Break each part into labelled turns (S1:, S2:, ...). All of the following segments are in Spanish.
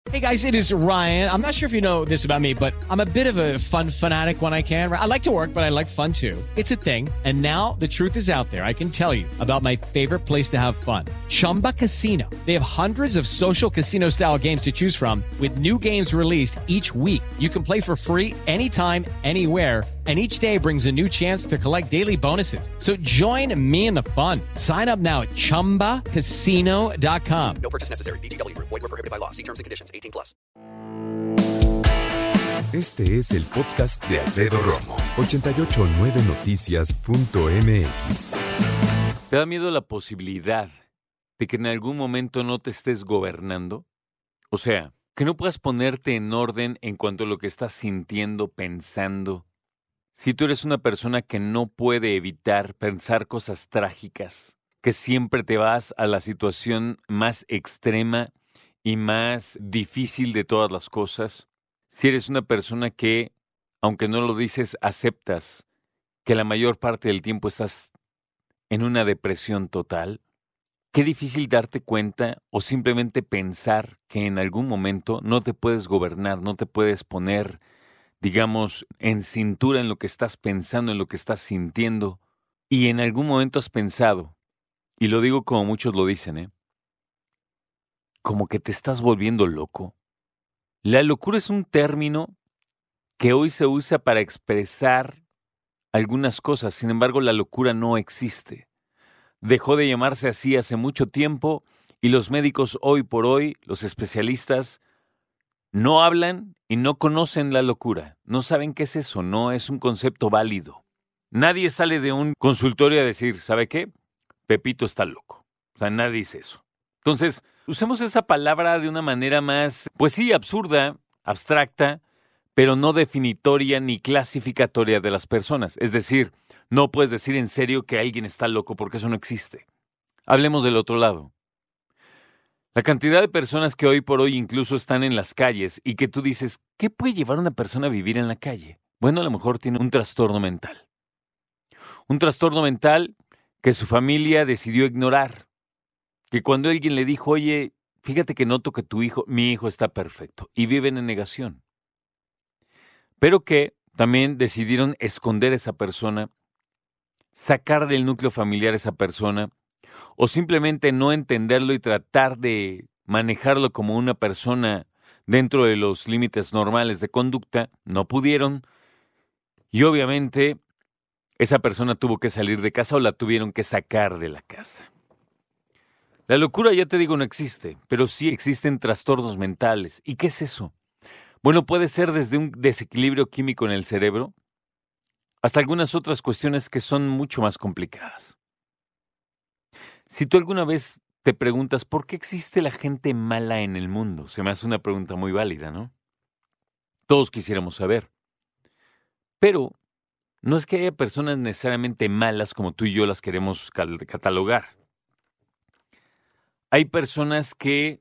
S1: Hey guys, it is Ryan. I'm not sure if you know this about me, but I'm a bit of a fun fanatic when I can. I like to work, but I like fun too. It's a thing. And now the truth is out there. I can tell you about my favorite place to have fun. Chumba Casino. They have hundreds of social casino style games to choose from with new games released each week. You can play for free anytime, anywhere. And each day brings a new chance to collect daily bonuses. So join me in the fun. Sign up now at ChumbaCasino.com.
S2: No purchase necessary. VGW Group. Void where prohibited by law. See terms and conditions. 18+.
S3: Este es el podcast de Alfredo Romo. 889noticias.mx.
S4: ¿Te da miedo la posibilidad de que en algún momento no te estés gobernando? O sea, que no puedas ponerte en orden en cuanto a lo que estás sintiendo, pensando. Si tú eres una persona que no puede evitar pensar cosas trágicas, que siempre te vas a la situación más extrema y más difícil de todas las cosas. Si eres una persona que, aunque no lo dices, aceptas que la mayor parte del tiempo estás en una depresión total, qué difícil darte cuenta o simplemente pensar que en algún momento no te puedes gobernar, no te puedes poner, digamos, en cintura en lo que estás pensando, en lo que estás sintiendo. Y en algún momento has pensado, y lo digo como muchos lo dicen, como que te estás volviendo loco. La locura es un término que hoy se usa para expresar algunas cosas. Sin embargo, la locura no existe. Dejó de llamarse así hace mucho tiempo y los médicos hoy por hoy, los especialistas, no hablan y no conocen la locura. No saben qué es eso, no es un concepto válido. Nadie sale de un consultorio a decir, ¿sabe qué? Pepito está loco. O sea, nadie dice eso. Entonces, usemos esa palabra de una manera más, pues sí, absurda, abstracta, pero no definitoria ni clasificatoria de las personas. Es decir, no puedes decir en serio que alguien está loco porque eso no existe. Hablemos del otro lado. La cantidad de personas que hoy por hoy incluso están en las calles y que tú dices, ¿qué puede llevar a una persona a vivir en la calle? Bueno, a lo mejor tiene un trastorno mental. Un trastorno mental que su familia decidió ignorar. Que cuando alguien le dijo, oye, fíjate que noto que mi hijo está perfecto, y viven en negación. Pero que también decidieron esconder a esa persona, sacar del núcleo familiar a esa persona, o simplemente no entenderlo y tratar de manejarlo como una persona dentro de los límites normales de conducta, no pudieron, y obviamente esa persona tuvo que salir de casa o la tuvieron que sacar de la casa. La locura, ya te digo, no existe, pero sí existen trastornos mentales. ¿Y qué es eso? Bueno, puede ser desde un desequilibrio químico en el cerebro hasta algunas otras cuestiones que son mucho más complicadas. Si tú alguna vez te preguntas ¿por qué existe la gente mala en el mundo? Se me hace una pregunta muy válida, ¿no? Todos quisiéramos saber. Pero no es que haya personas necesariamente malas como tú y yo las queremos catalogar. Hay personas que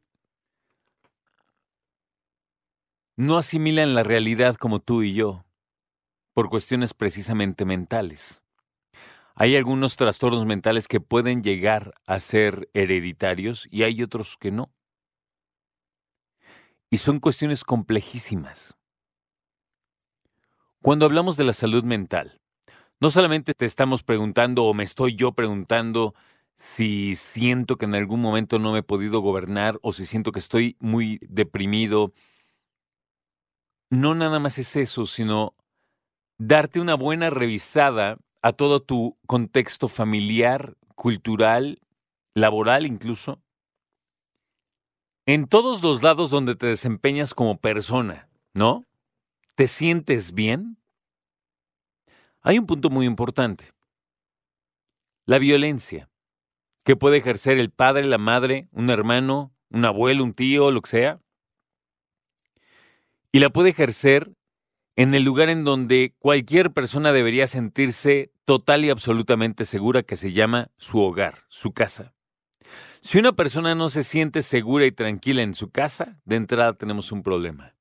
S4: no asimilan la realidad como tú y yo, por cuestiones precisamente mentales. Hay algunos trastornos mentales que pueden llegar a ser hereditarios y hay otros que no. Y son cuestiones complejísimas. Cuando hablamos de la salud mental, no solamente te estamos preguntando o me estoy yo preguntando si siento que en algún momento no me he podido gobernar o si siento que estoy muy deprimido. No nada más es eso, sino darte una buena revisada a todo tu contexto familiar, cultural, laboral incluso, en todos los lados donde te desempeñas como persona, ¿no? ¿Te sientes bien? Hay un punto muy importante. La violencia que puede ejercer el padre, la madre, un hermano, un abuelo, un tío, lo que sea. Y la puede ejercer en el lugar en donde cualquier persona debería sentirse total y absolutamente segura, que se llama su hogar, su casa. Si una persona no se siente segura y tranquila en su casa, de entrada tenemos un problema.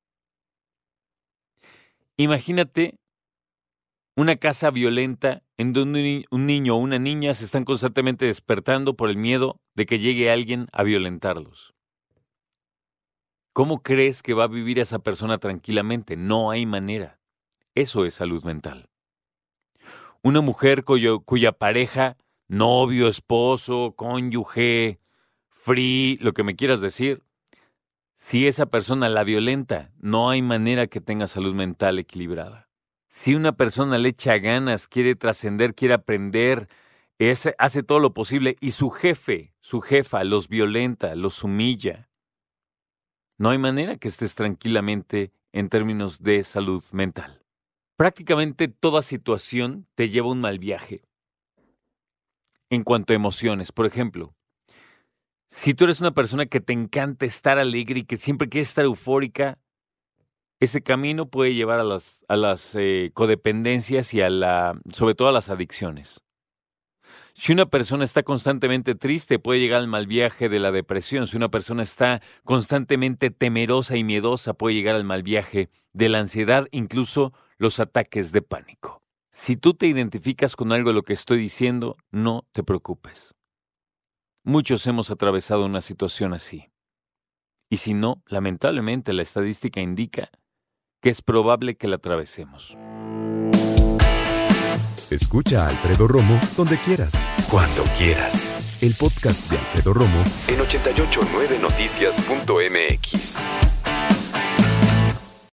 S4: Imagínate una casa violenta en donde un niño o una niña se están constantemente despertando por el miedo de que llegue alguien a violentarlos. ¿Cómo crees que va a vivir esa persona tranquilamente? No hay manera. Eso es salud mental. Una mujer cuya pareja, novio, esposo, cónyuge, lo que me quieras decir, si esa persona la violenta, no hay manera que tenga salud mental equilibrada. Si una persona le echa ganas, quiere trascender, quiere aprender, hace todo lo posible y su jefa los violenta, los humilla, no hay manera que estés tranquilamente en términos de salud mental. Prácticamente toda situación te lleva a un mal viaje. En cuanto a emociones, por ejemplo, si tú eres una persona que te encanta estar alegre y que siempre quieres estar eufórica, ese camino puede llevar a las codependencias y sobre todo a las adicciones. Si una persona está constantemente triste, puede llegar al mal viaje de la depresión. Si una persona está constantemente temerosa y miedosa, puede llegar al mal viaje de la ansiedad, incluso los ataques de pánico. Si tú te identificas con algo de lo que estoy diciendo, no te preocupes. Muchos hemos atravesado una situación así. Y si no, lamentablemente la estadística indica que es probable que la atravesemos.
S3: Escucha a Alfredo Romo donde quieras, cuando quieras. El podcast de Alfredo Romo en 889noticias.mx.